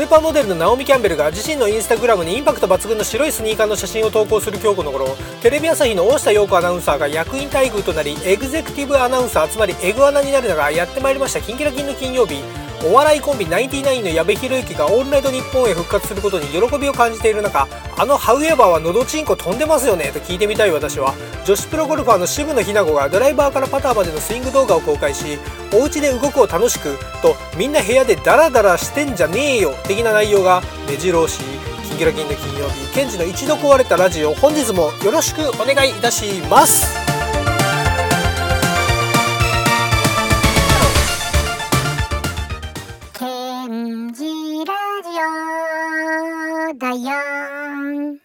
ーパーモデルのナオミ・キャンベルが自身のインスタグラムにインパクト抜群の白いスニーカーの写真を投稿する今日この頃、テレビ朝日の大下容子アナウンサーが役員待遇となりエグゼクティブアナウンサー、つまりエグアナになるのがやってまいりました。キンキラキンの金曜日、お笑いコンビナインティナインの矢部浩之がオールナイトニッポンへ復活することに喜びを感じている中、ハウエバーはのどちんこ飛んでますよねと聞いてみたい私は、女子プロゴルファーの渋野日向子がドライバーからパターまでのスイング動画を公開し、お家で動くを楽しくとみんな部屋でダラダラしてんじゃねえよ的な内容が目白押し。キンキラキンの金曜日、ケンジの一度壊れたラジオ、本日もよろしくお願いいたします。 ケンジラジオだよ。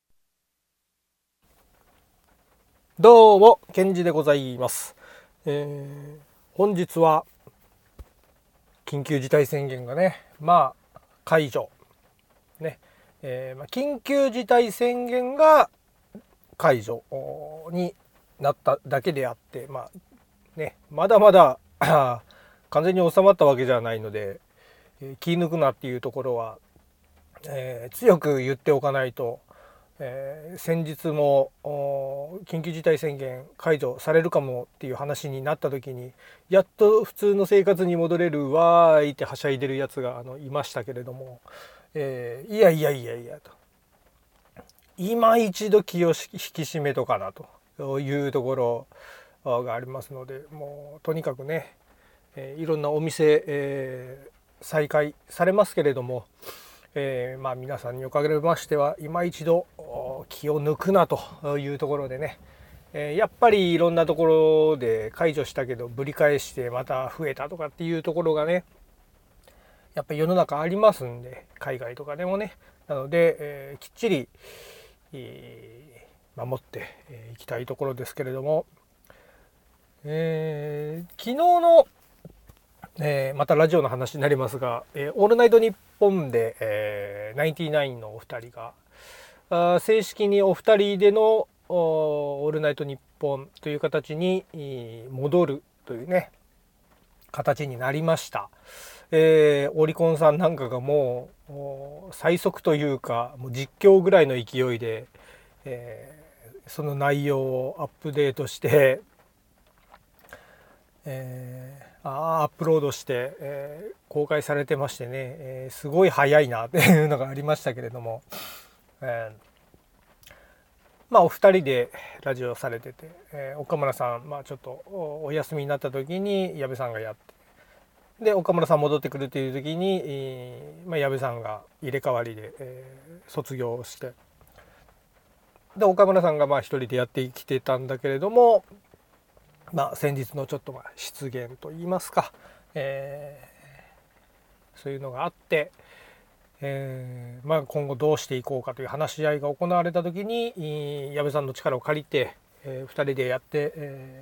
どうもケンジでございます。本日は緊急事態宣言がね解除ね、緊急事態宣言が解除になっただけであって、まだまだ完全に収まったわけじゃないので、気抜くなっていうところは、強く言っておかないと、先日も緊急事態宣言解除されるかもっていう話になった時に、やっと普通の生活に戻れるわーいってはしゃいでるやつがいましたけれども、いやと、今一度気を引き締めとかなというところがありますので、もうとにかくね、いろんなお店、再開されますけれども、皆さんにおかげましては今一度気を抜くなというところでね、やっぱりいろんなところで解除したけどぶり返してまた増えたとかっていうところがね、やっぱり世の中ありますんで、海外とかでもね。なので、きっちり、守っていきたいところですけれども、昨日の、またラジオの話になりますが、オールナイトニッポンで、ナインティナインのお二人が正式にお二人でのオールナイトニッポンという形に戻るというね形になりました。オリコンさんなんかがもう最速というかもう実況ぐらいの勢いで、その内容をアップデートして、アップロードして、公開されてましてね、すごい早いなっていうのがありましたけれども、お二人でラジオされてて、岡村さん、ちょっとお休みになった時に矢部さんがやって、で岡村さん戻ってくるという時に、矢部さんが入れ替わりで、卒業して、で岡村さんが一人でやってきてたんだけれども、先日のちょっと失言といいますか、そういうのがあって、今後どうしていこうかという話し合いが行われた時に矢部さんの力を借りて、2人でやって、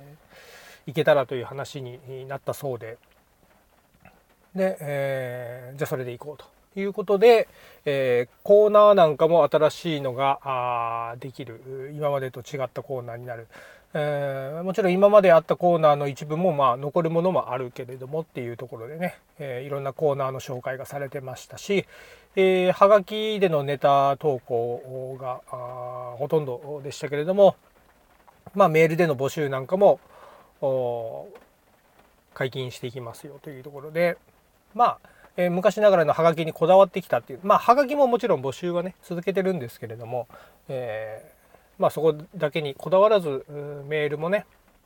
いけたらという話になったそうで、じゃあそれでいこうということで、コーナーなんかも新しいのができる、今までと違ったコーナーになる。もちろん今まであったコーナーの一部も残るものもあるけれどもっていうところでね、いろんなコーナーの紹介がされてましたし、はがきでのネタ投稿がほとんどでしたけれども、メールでの募集なんかも解禁していきますよというところで、昔ながらのハガキにこだわってきたっていう、ハガキももちろん募集はね続けてるんですけれども、そこだけにこだわらずメールもね、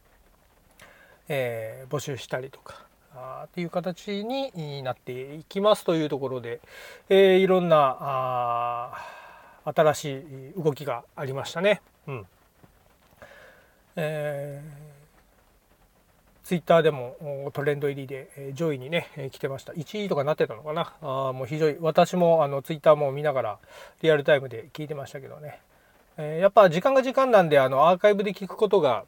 募集したりとかっていう形になっていきますというところで、いろんな新しい動きがありましたね。ツイッターでもトレンド入りで上位にね来てました。1位とかなってたのかな。もう非常に私もツイッターも見ながらリアルタイムで聞いてましたけどね、やっぱ時間が時間なんでアーカイブで聞くことが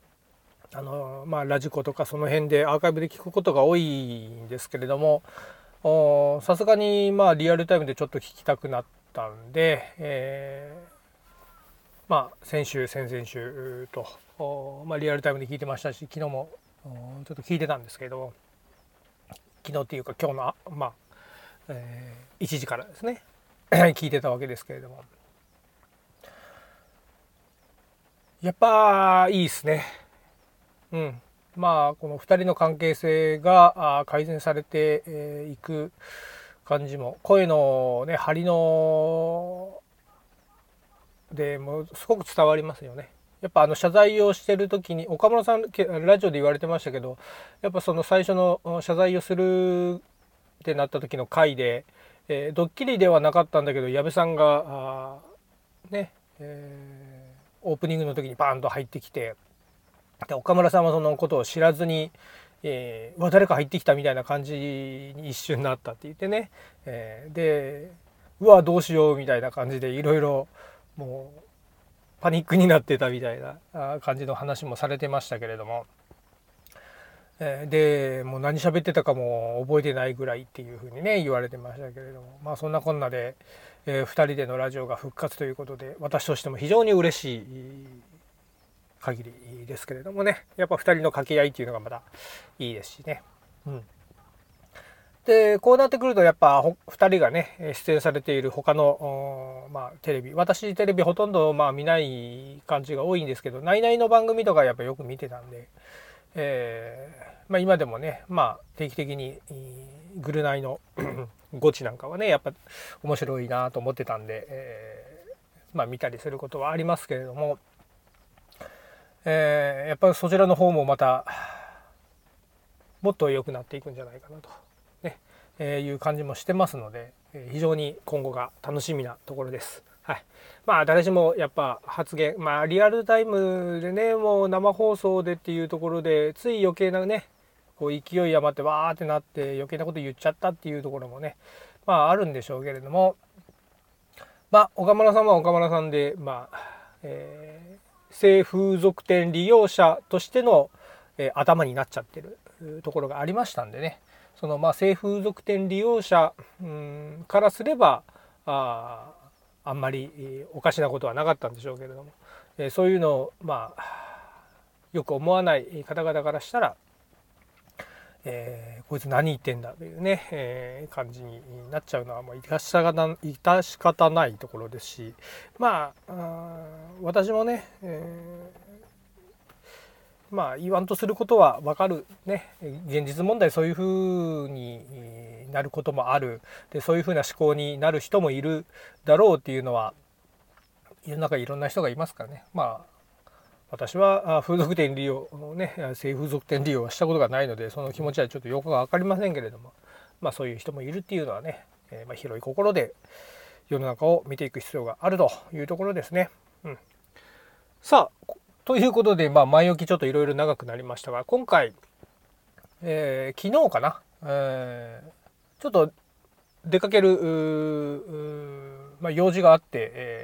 ラジコとかその辺でアーカイブで聞くことが多いんですけれども、さすがにリアルタイムでちょっと聞きたくなったんで、先週先々週とリアルタイムで聞いてましたし、昨日もちょっと聞いてたんですけど、昨日っていうか今日の 1時からですね聞いてたわけですけれども、やっぱいいですね。まあこの2人の関係性が改善されていく感じも、声のね張りのでもうすごく伝わりますよね。やっぱ謝罪をしてる時に岡村さんラジオで言われてましたけど、やっぱその最初の謝罪をするってなった時の回で、ドッキリではなかったんだけど矢部さんがね、オープニングの時にバーンと入ってきて、で岡村さんはそのことを知らずに、誰か入ってきたみたいな感じに一瞬なったって言ってね、でうわどうしようみたいな感じでいろいろもうパニックになってたみたいな感じの話もされてましたけれども、でもう何喋ってたかも覚えてないぐらいっていうふうにね言われてましたけれども、まあそんなこんなで、2人でのラジオが復活ということで、私としても非常に嬉しい限りですけれどもね、やっぱ2人の掛け合いっていうのがまたいいですしね。でこうなってくるとやっぱ2人がね出演されている他の、テレビ、私テレビほとんど見ない感じが多いんですけど、ナイナイの番組とかやっぱよく見てたんで、今でもね定期的にグルナイのゴチなんかはねやっぱ面白いなと思ってたんで、見たりすることはありますけれども、やっぱりそちらの方もまたもっと良くなっていくんじゃないかなと、いう感じもしてますので、非常に今後が楽しみなところです。はい、誰しもやっぱ発言、リアルタイムでねもう生放送でっていうところでつい余計なねこう勢い余ってわーってなって余計なこと言っちゃったっていうところもねあるんでしょうけれども、岡村さんは岡村さんで性風俗店利用者としての、頭になっちゃってるところがありましたんでね、その性風俗店利用者からすればあんまりおかしなことはなかったんでしょうけれども、そういうのをよく思わない方々からしたら、こいつ何言ってんだというね、感じになっちゃうのはもう致し方ないところですし、私もね、言わんとすることは分かるね、現実問題そういうふうになることもある、でそういうふうな思考になる人もいるだろうっていうのは世の中いろんな人がいますからね。私は風俗店利用ね性風俗店利用はしたことがないのでその気持ちはちょっとよく分かりませんけれども、そういう人もいるっていうのはね、広い心で世の中を見ていく必要があるというところですね。さあということで、前置きちょっといろいろ長くなりましたが、今回、昨日かな、ちょっと出かける用事があって、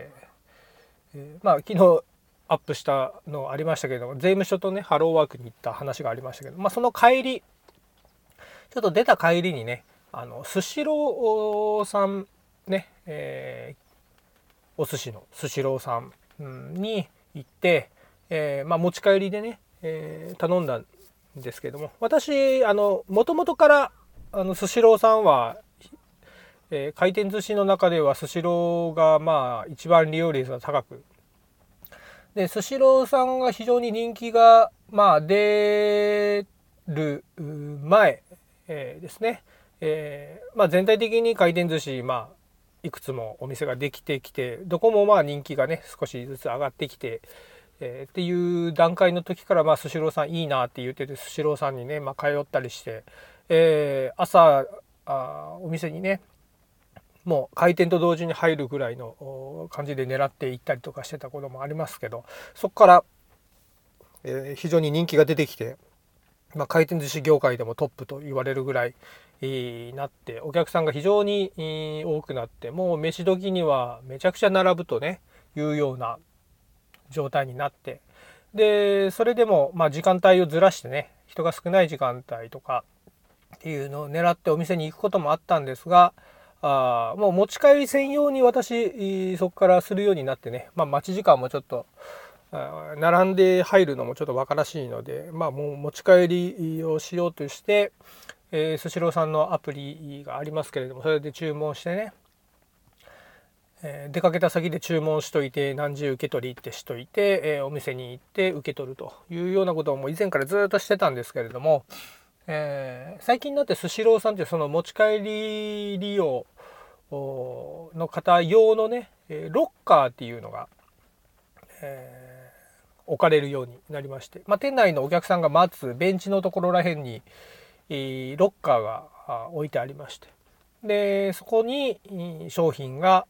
昨日アップしたのありましたけれども、税務署とねハローワークに行った話がありましたけど、その帰りちょっと出た帰りにねスシローさんね、お寿司のスシローさんに行って、持ち帰りでね、頼んだんですけども、私もともとからスシローさんは、回転寿司の中ではスシローが一番利用率が高く、でスシローさんが非常に人気が出る前、ですね、全体的に回転寿司いくつもお店ができてきて、どこも人気がね少しずつ上がってきて、っていう段階の時からスシローさんいいなって言ってて、スシローさんにね通ったりして、朝お店にねもう開店と同時に入るぐらいの感じで狙って行ったりとかしてたこともありますけど、そこから、非常に人気が出てきて、回転寿司業界でもトップと言われるぐらいになって、お客さんが非常に多くなって、もう飯時にはめちゃくちゃ並ぶとねいうような状態になって、でそれでも時間帯をずらしてね人が少ない時間帯とかっていうのを狙ってお店に行くこともあったんですが、もう持ち帰り専用に私そこからするようになってね、待ち時間もちょっと並んで入るのもちょっとバカらしいので、もう持ち帰りをしようとしてスシローさんのアプリがありますけれども、それで注文してね、出かけた先で注文しといて何時受け取りってしといて、お店に行って受け取るというようなことをもう以前からずっとしてたんですけれども、最近になってスシローさんってその持ち帰り利用の方用のねロッカーっていうのが、置かれるようになりまして、店内のお客さんが待つベンチのところらへんに、ロッカーが置いてありまして、でそこに商品が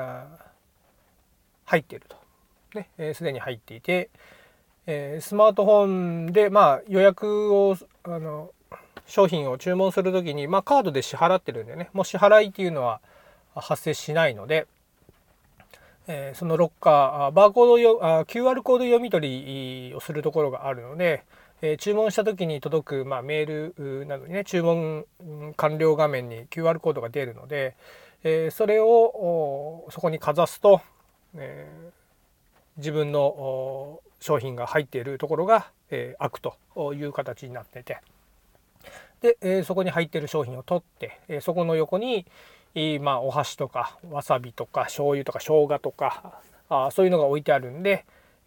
入っていると、ね、すでに入っていて、スマートフォンで予約を商品を注文するときに、カードで支払ってるんでね、もう支払いっていうのは発生しないので、そのロッカーバーコードQR コード読み取りをするところがあるので、注文した時に届く、メールなどにね注文完了画面に QR コードが出るので、それをそこにかざすと、自分の商品が入っているところが、開くという形になってて、で、そこに入っている商品を取って、そこの横にお箸とかわさびとか醤油とか生姜とかそういうのが置いてあるんで、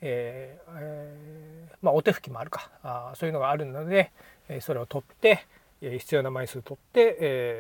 お手拭きもあるかそういうのがあるので、それを取って必要な枚数取って、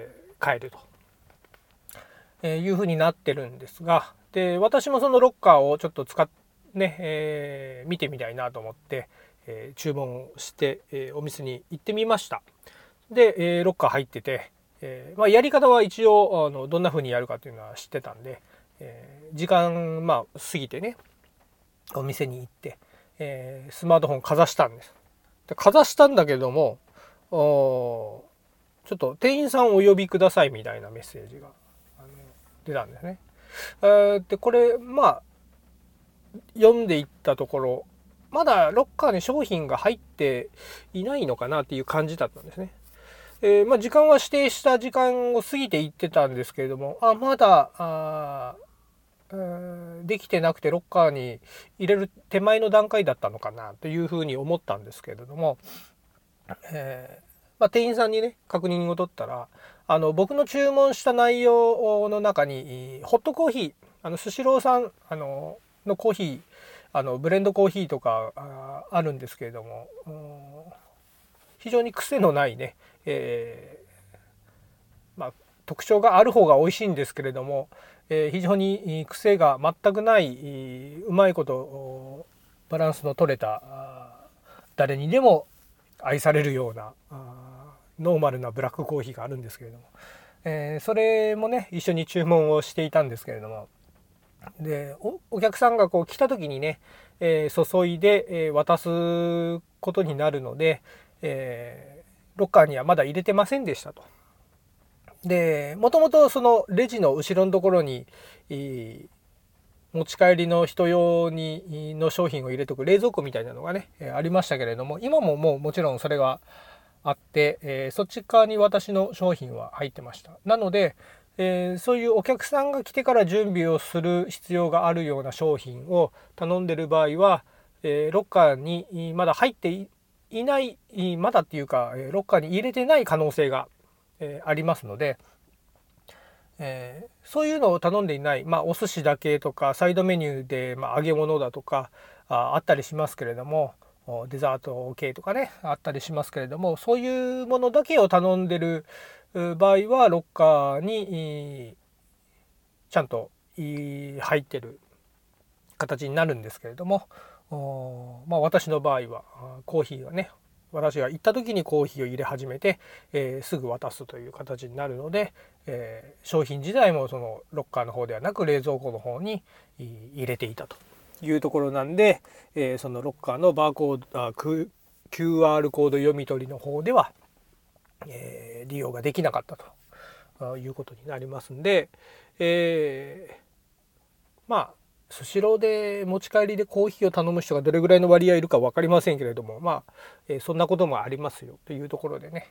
帰るというふうになってるんですが、で私もそのロッカーをちょっと使ってね、見てみたいなと思って、注文して、お店に行ってみました。で、ロッカー入ってて、やり方は一応どんな風にやるかというのは知ってたんで、時間過ぎてねお店に行って、スマートフォンかざしたんです。でかざしたんだけどもちょっと店員さんお呼びくださいみたいなメッセージが出たんですね。でこれ読んでいったところまだロッカーに商品が入っていないのかなっていう感じだったんですね。時間は指定した時間を過ぎていってたんですけれども、まだできてなくてロッカーに入れる手前の段階だったのかなというふうに思ったんですけれども、店員さんにね確認を取ったら、僕の注文した内容の中にホットコーヒースシローさんのコーヒーブレンドコーヒーとかあるんですけれども、非常に癖のないね、特徴がある方が美味しいんですけれども、非常に癖が全くないうまいことバランスの取れた誰にでも愛されるようなノーマルなブラックコーヒーがあるんですけれども、それもね一緒に注文をしていたんですけれども、でお客さんがこう来た時にね、注いで、渡すことになるので、ロッカーにはまだ入れてませんでしたと。でもともとそのレジの後ろのところに持ち帰りの人用にの商品を入れとく冷蔵庫みたいなのがねありましたけれども、今ももうもちろんそれがあって、そっち側に私の商品は入ってました。なので、そういうお客さんが来てから準備をする必要があるような商品を頼んでる場合は、ロッカーにまだ入っていないまだっていうかロッカーに入れてない可能性がありますので、そういうのを頼んでいない、お寿司だけとかサイドメニューで、揚げ物だとかあったりしますけれども、デザート系とかねあったりしますけれども、そういうものだけを頼んでる場合はロッカーにちゃんと入ってる形になるんですけれども、私の場合はコーヒーはね、私が行った時にコーヒーを入れ始めて、すぐ渡すという形になるので、商品自体もそのロッカーの方ではなく冷蔵庫の方に入れていたというところなんで、そのロッカーのバーコードQR コード読み取りの方では、利用ができなかったということになりますんで、スシローで持ち帰りでコーヒーを頼む人がどれぐらいの割合いるか分かりませんけれども、そんなこともありますよというところでね、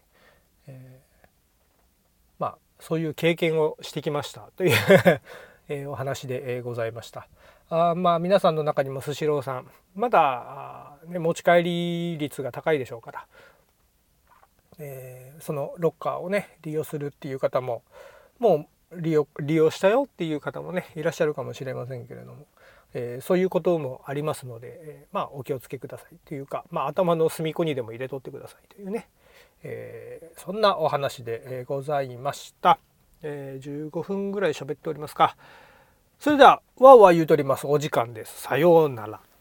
そういう経験をしてきましたというお話でございました。皆さんの中にもスシローさんまだ持ち帰り率が高いでしょうから、 そのロッカーをね利用するっていう方ももう利用したよっていう方もねいらっしゃるかもしれませんけれども、そういうこともありますので、お気をつけくださいというか、頭の隅っこにでも入れとってくださいというね、そんなお話でございました。15分ぐらい喋っておりますか。それではわーわー言うとります。お時間です。さようなら。